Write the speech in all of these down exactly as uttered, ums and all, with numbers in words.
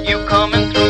you coming through.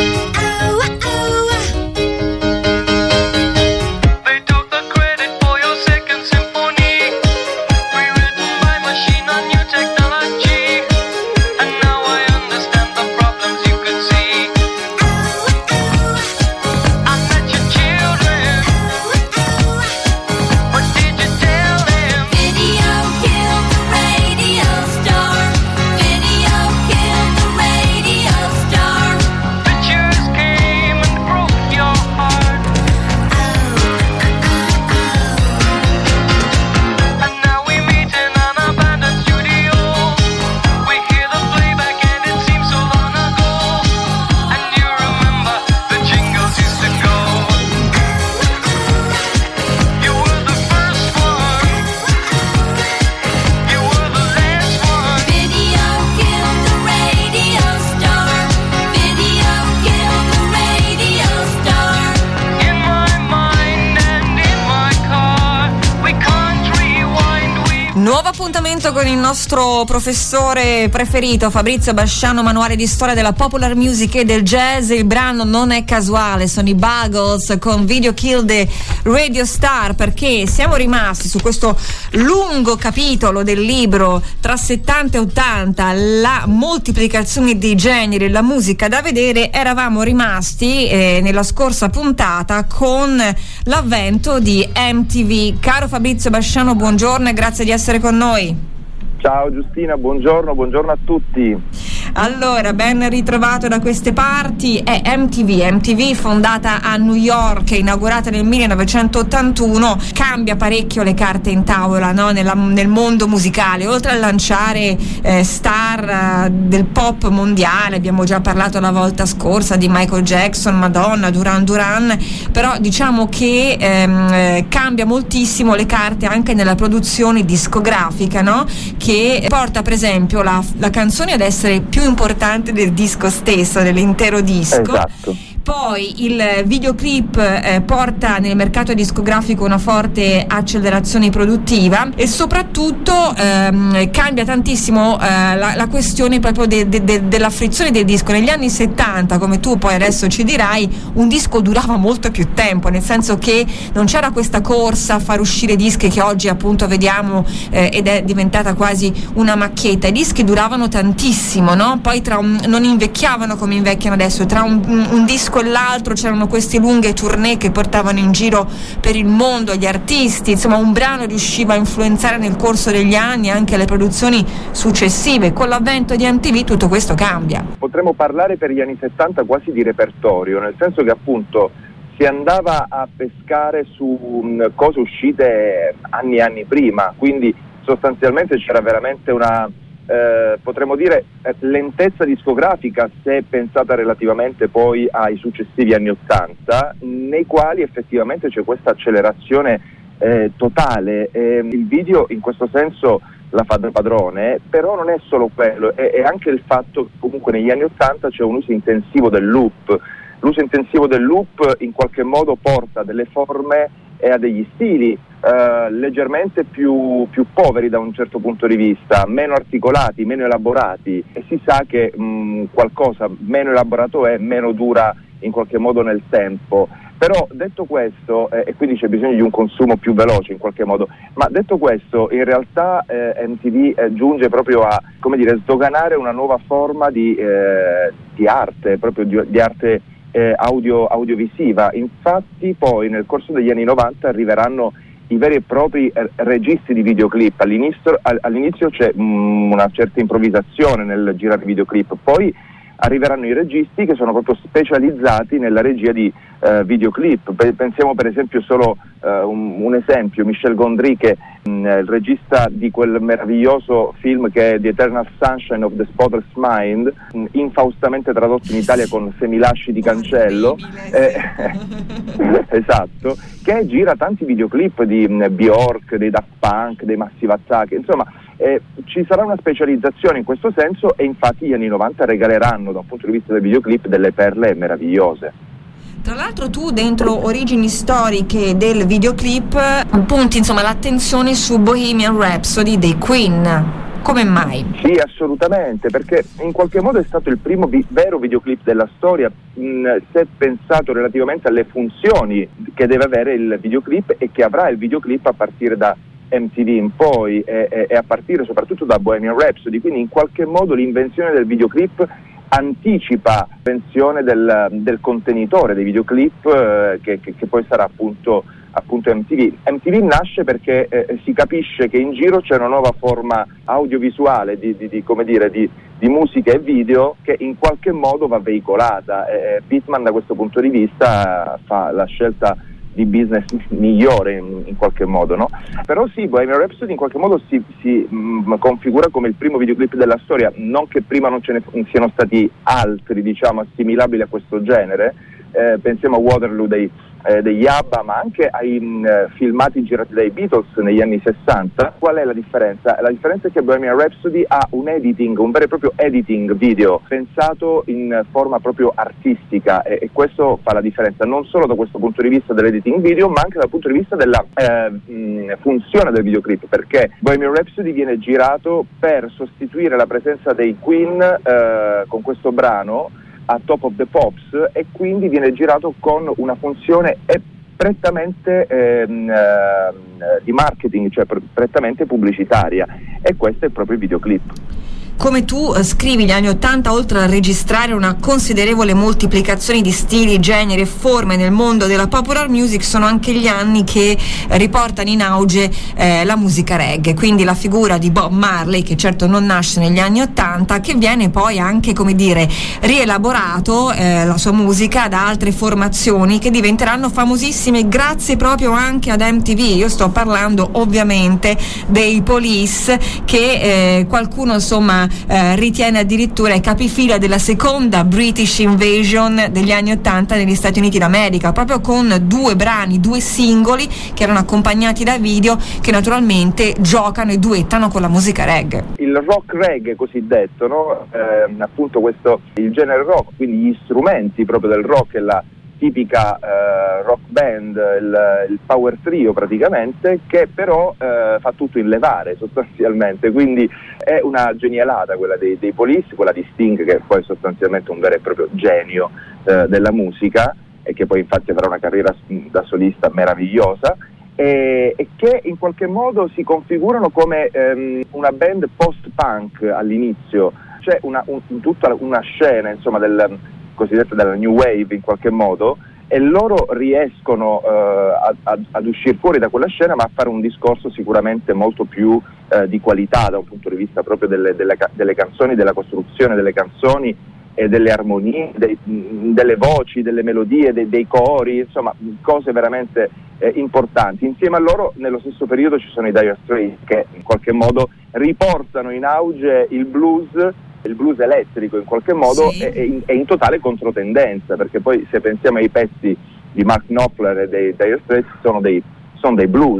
Nuovo appuntamento con il nostro professore preferito Fabrizio Basciano, manuale di storia della popular music e del jazz. Il brano non è casuale, sono i Buggles con Video Kill the Radio Star, perché siamo rimasti su questo lungo capitolo del libro tra settanta e ottanta, la moltiplicazione dei generi, la musica da vedere. Eravamo rimasti eh, nella scorsa puntata con l'avvento di M T V. Caro Fabrizio Basciano, buongiorno e grazie di essere con noi. Ciao Giustina, buongiorno, buongiorno a tutti. Allora, ben ritrovato da queste parti. È M T V, M T V fondata a New York, inaugurata nel millenovecentottantuno, cambia parecchio le carte in tavola, no? Nella, nel mondo musicale. Oltre a lanciare eh, star eh, del pop mondiale, abbiamo già parlato la volta scorsa di Michael Jackson, Madonna, Duran Duran, però diciamo che ehm, eh, cambia moltissimo le carte anche nella produzione discografica, no? Che porta per esempio la, la canzone ad essere più importante del disco stesso, dell'intero disco. Esatto. Poi il videoclip eh, porta nel mercato discografico una forte accelerazione produttiva e soprattutto ehm, cambia tantissimo eh, la, la questione proprio de, de, de, della frizione del disco. Negli anni settanta, come tu poi adesso ci dirai, un disco durava molto più tempo, nel senso che non c'era questa corsa a far uscire dischi che oggi appunto vediamo eh, ed è diventata quasi una macchietta. I dischi duravano tantissimo, no? Poi tra un, non invecchiavano come invecchiano adesso, tra un, un, un disco e l'altro c'erano queste lunghe tournée che portavano in giro per il mondo gli artisti, insomma un brano riusciva a influenzare nel corso degli anni anche le produzioni successive. Con l'avvento di M T V tutto questo cambia. Potremmo parlare per gli anni settanta quasi di repertorio, nel senso che appunto si andava a pescare su um, cose uscite anni e anni prima, quindi sostanzialmente c'era veramente una Eh, potremmo dire eh, lentezza discografica, se pensata relativamente poi ai successivi anni ottanta, nei quali effettivamente c'è questa accelerazione eh, totale. Eh, il video in questo senso la fa da padrone, però non è solo quello, è, è anche il fatto che comunque negli anni ottanta c'è un uso intensivo del loop. L'uso intensivo del loop in qualche modo porta delle forme e a degli stili eh, leggermente più, più poveri da un certo punto di vista, meno articolati, meno elaborati, e si sa che mh, qualcosa meno elaborato è, meno dura in qualche modo nel tempo. Però detto questo, eh, e quindi c'è bisogno di un consumo più veloce in qualche modo, ma detto questo in realtà eh, M T V eh, giunge proprio a, come dire, sdoganare una nuova forma di, eh, di arte, proprio di, di arte Eh, audio, audiovisiva. Infatti poi nel corso degli anni novanta arriveranno i veri e propri eh, registi di videoclip. All'inizio, all, all'inizio c'è mh, una certa improvvisazione nel girare videoclip, poi arriveranno i registi che sono proprio specializzati nella regia di eh, videoclip. Pensiamo per esempio solo eh, un, un esempio, Michel Gondry, che mh, è il regista di quel meraviglioso film che è The Eternal Sunshine of the Spotless Mind, mh, infaustamente tradotto in Italia con Se mi lasci di cancello, eh, esatto, che gira tanti videoclip di mh, Bjork, dei Daft Punk, dei Massive Attack, insomma. Eh, ci sarà una specializzazione in questo senso, e infatti gli anni novanta regaleranno da un punto di vista del videoclip delle perle meravigliose. Tra l'altro tu dentro origini storiche del videoclip punti insomma l'attenzione su Bohemian Rhapsody dei Queen. Come mai? Sì, assolutamente, perché in qualche modo è stato il primo vi- vero videoclip della storia, mh, se pensato relativamente alle funzioni che deve avere il videoclip e che avrà il videoclip a partire da M T V in poi e, e, e a partire soprattutto da Bohemian Rhapsody, quindi in qualche modo l'invenzione del videoclip anticipa l'invenzione del, del contenitore dei videoclip eh, che, che, che poi sarà appunto appunto M T V. M T V nasce perché eh, si capisce che in giro c'è una nuova forma audiovisuale di, di, di come dire di, di musica e video che in qualche modo va veicolata. Eh, Pittman da questo punto di vista fa la scelta di business migliore in, in qualche modo, no? Però sì, Bohemian Rhapsody in qualche modo si, si mh, configura come il primo videoclip della storia, non che prima non ce ne siano stati altri, diciamo, assimilabili a questo genere. Eh, pensiamo a Waterloo dei, eh, degli ABBA, ma anche ai mh, filmati girati dai Beatles negli anni sessanta. Qual è la differenza? La differenza è che Bohemian Rhapsody ha un editing, un vero e proprio editing video pensato in forma proprio artistica e, e questo fa la differenza non solo da questo punto di vista dell'editing video, ma anche dal punto di vista della eh, mh, funzione del videoclip, perché Bohemian Rhapsody viene girato per sostituire la presenza dei Queen eh, con questo brano a Top of the Pops e quindi viene girato con una funzione e prettamente ehm, eh, di marketing, cioè pre- prettamente pubblicitaria, e questo è proprio il videoclip. Come tu eh, scrivi, gli anni Ottanta, oltre a registrare una considerevole moltiplicazione di stili, generi e forme nel mondo della popular music, sono anche gli anni che eh, riportano in auge eh, la musica reggae, quindi la figura di Bob Marley, che certo non nasce negli anni Ottanta, che viene poi anche, come dire, rielaborato eh, la sua musica da altre formazioni che diventeranno famosissime grazie proprio anche ad M T V. Io sto parlando ovviamente dei Police, che eh, qualcuno insomma Eh, ritiene addirittura i capifila della seconda British Invasion degli anni Ottanta negli Stati Uniti d'America, proprio con due brani, due singoli che erano accompagnati da video che naturalmente giocano e duettano con la musica reggae. Il rock reggae cosiddetto, no? Eh, appunto questo, il genere rock, quindi gli strumenti proprio del rock e la tipica eh, rock band, il, il power trio praticamente, che però eh, fa tutto in levare sostanzialmente, quindi è una genialata quella dei, dei Police, quella di Sting, che è poi sostanzialmente un vero e proprio genio eh, della musica e che poi infatti avrà una carriera da solista meravigliosa, e, e che in qualche modo si configurano come ehm, una band post-punk all'inizio. C'è una, un, tutta una scena insomma del cosiddetta della New Wave in qualche modo, e loro riescono eh, a, a, ad uscire fuori da quella scena, ma a fare un discorso sicuramente molto più eh, di qualità da un punto di vista proprio delle, delle, delle canzoni, della costruzione delle canzoni e delle armonie, dei, delle voci, delle melodie, dei, dei cori, insomma cose veramente eh, importanti. Insieme a loro nello stesso periodo ci sono i Dire Straits, che in qualche modo riportano in auge il blues, il blues elettrico in qualche modo, sì. è, in, è in totale controtendenza, perché poi se pensiamo ai pezzi di Mark Knopfler e dei Dire Straits sono dei, sono dei blues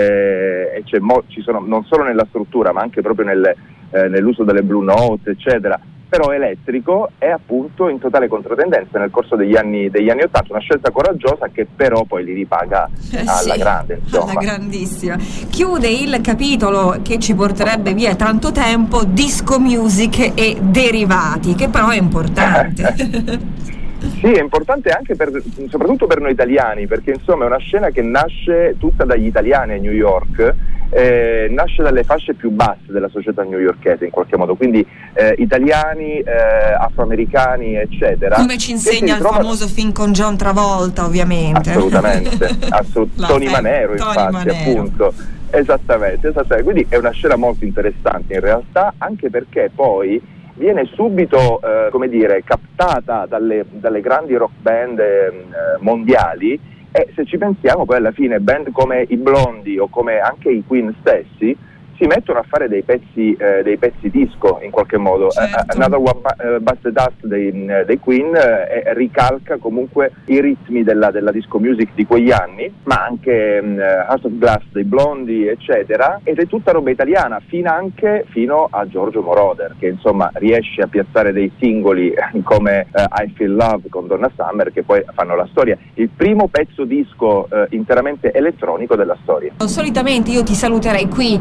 eh, e c'è mo, ci sono non solo nella struttura ma anche proprio nel, eh, nell'uso delle blue note eccetera, però elettrico, è appunto in totale controtendenza nel corso degli anni degli anni ottanta, una scelta coraggiosa che però poi li ripaga eh alla sì, grande, insomma. Alla grandissima. Chiude il capitolo che ci porterebbe via tanto tempo, disco music e derivati, che però è importante. Sì, è importante anche per, soprattutto per noi italiani, perché insomma è una scena che nasce tutta dagli italiani a New York, eh, nasce dalle fasce più basse della società newyorkese in qualche modo, quindi eh, italiani, eh, afroamericani eccetera. Come ci insegna il ritrovano... famoso film con John Travolta, ovviamente. Assolutamente, assolut- Tony Manero Tony infatti Manero. appunto. Esattamente, esattamente, quindi è una scena molto interessante in realtà, anche perché poi viene subito, eh, come dire, captata dalle, dalle grandi rock band eh, mondiali, e se ci pensiamo poi alla fine band come i Blondie o come anche i Queen stessi si mettono a fare dei pezzi eh, dei pezzi disco in qualche modo. Certo. Uh, Another One uh, Bites the Dust dei, uh, dei Queen uh, ricalca comunque i ritmi della, della disco music di quegli anni, ma anche um, Heart of Glass dei Blondie eccetera, ed è tutta roba italiana, fino anche fino a Giorgio Moroder, che insomma riesce a piazzare dei singoli come uh, I Feel Love con Donna Summer, che poi fanno la storia, il primo pezzo disco uh, interamente elettronico della storia. Solitamente io ti saluterei qui e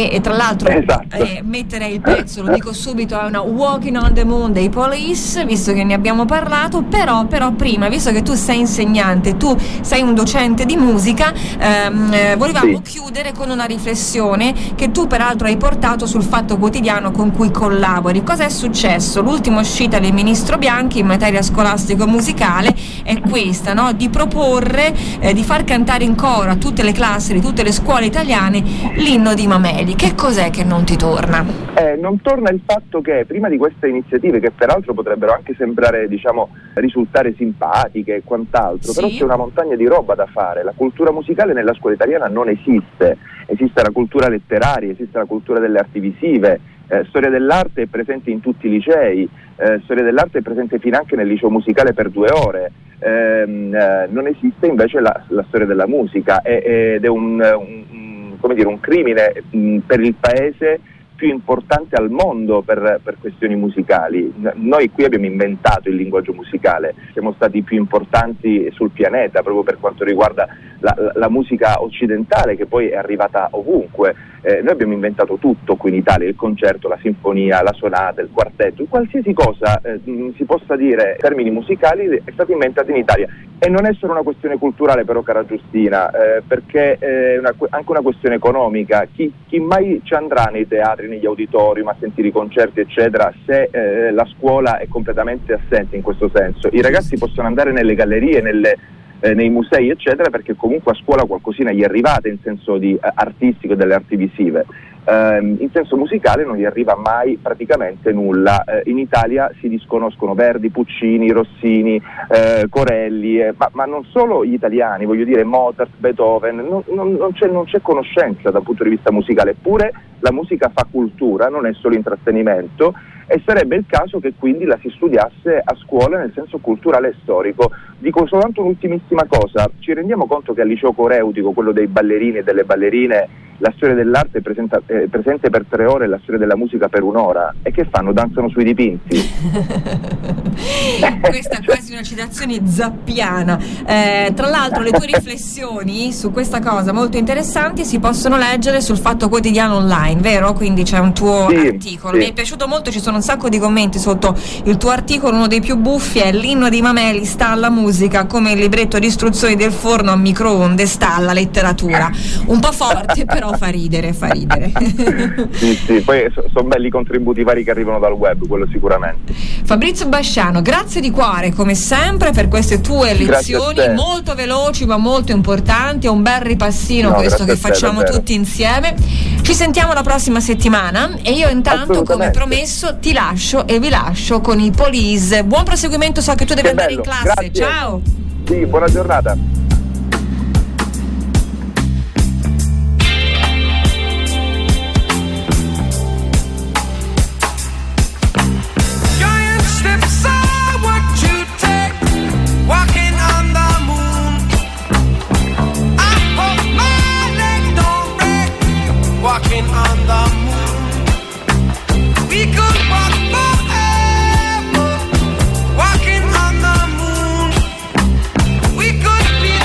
e, e tra l'altro esatto. eh, metterei il pezzo, lo dico subito, è una Walking on the Moon dei Police, visto che ne abbiamo parlato, però, però prima, visto che tu sei insegnante, tu sei un docente di musica, ehm, eh, volevamo sì. chiudere con una riflessione che tu peraltro hai portato sul Fatto Quotidiano con cui collabori. Cosa è successo? L'ultima uscita del ministro Bianchi in materia scolastico-musicale è questa, no? Di proporre eh, di far cantare in coro a tutte le classi di tutte le scuole italiane l'inno di Mameli. Che cos'è che non ti torna? Eh, non torna il fatto che prima di queste iniziative, che peraltro potrebbero anche sembrare, diciamo, risultare simpatiche e quant'altro, sì. però c'è una montagna di roba da fare. La cultura musicale nella scuola italiana non esiste, esiste la cultura letteraria, esiste la cultura delle arti visive, eh, storia dell'arte è presente in tutti i licei, eh, storia dell'arte è presente fino anche nel liceo musicale per due ore. Ehm, eh, non esiste invece la, la storia della musica e, ed è un, un, un, come dire, un crimine mh, per il paese più importante al mondo per, per questioni musicali. Noi qui abbiamo inventato il linguaggio musicale, siamo stati i più importanti sul pianeta proprio per quanto riguarda la, la, la musica occidentale, che poi è arrivata ovunque. Eh, noi abbiamo inventato tutto qui in Italia, il concerto, la sinfonia, la sonata, il quartetto, qualsiasi cosa eh, si possa dire in termini musicali è stata inventata in Italia. E non è solo una questione culturale però, cara Giustina, eh, perché è una, anche una questione economica. Chi, chi mai ci andrà nei teatri, negli auditorium a sentire i concerti eccetera se eh, la scuola è completamente assente in questo senso? I ragazzi possono andare nelle gallerie, nelle Eh, nei musei eccetera, perché comunque a scuola qualcosina gli arrivate in senso di eh, artistico e delle arti visive. Eh, in senso musicale non gli arriva mai praticamente nulla. Eh, in Italia si disconoscono Verdi, Puccini, Rossini, eh, Corelli, eh, ma, ma non solo gli italiani, voglio dire Mozart, Beethoven, non, non, non, c'è, non c'è conoscenza dal punto di vista musicale, eppure la musica fa cultura, non è solo intrattenimento, e sarebbe il caso che quindi la si studiasse a scuola nel senso culturale e storico. Dico soltanto un'ultimissima cosa: ci rendiamo conto che al liceo coreutico, quello dei ballerini e delle ballerine, la storia dell'arte è, presenta, è presente per tre ore e la storia della musica per un'ora? E che fanno? Danzano sui dipinti? Questa è quasi una citazione zappiana. Eh, tra l'altro le tue riflessioni su questa cosa molto interessanti si possono leggere sul Fatto Quotidiano online, vero? Quindi c'è un tuo sì, articolo, sì. Mi è piaciuto molto, ci sono un sacco di commenti sotto il tuo articolo. Uno dei più buffi è: l'inno di Mameli sta alla musica come il libretto di istruzioni del forno a microonde sta alla letteratura. Un po' forte, però fa ridere, fa ridere. Sì, sì, poi sono belli i contributi vari che arrivano dal web, quello sicuramente. Fabrizio Basciano, grazie di cuore come sempre per queste tue lezioni molto veloci ma molto importanti. È un bel ripassino no, questo che facciamo te, tutti insieme. Ci sentiamo la prossima settimana e io intanto, come promesso, ti lascio e vi lascio con i Police. Buon proseguimento, so che tu devi che andare bello. in classe. Grazie. Ciao. Sì, buona giornata. Walking on the moon, we could walk forever. Walking on the moon, we could be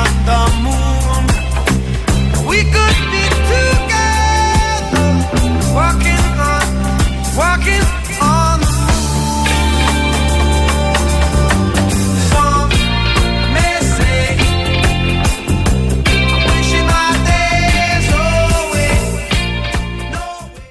da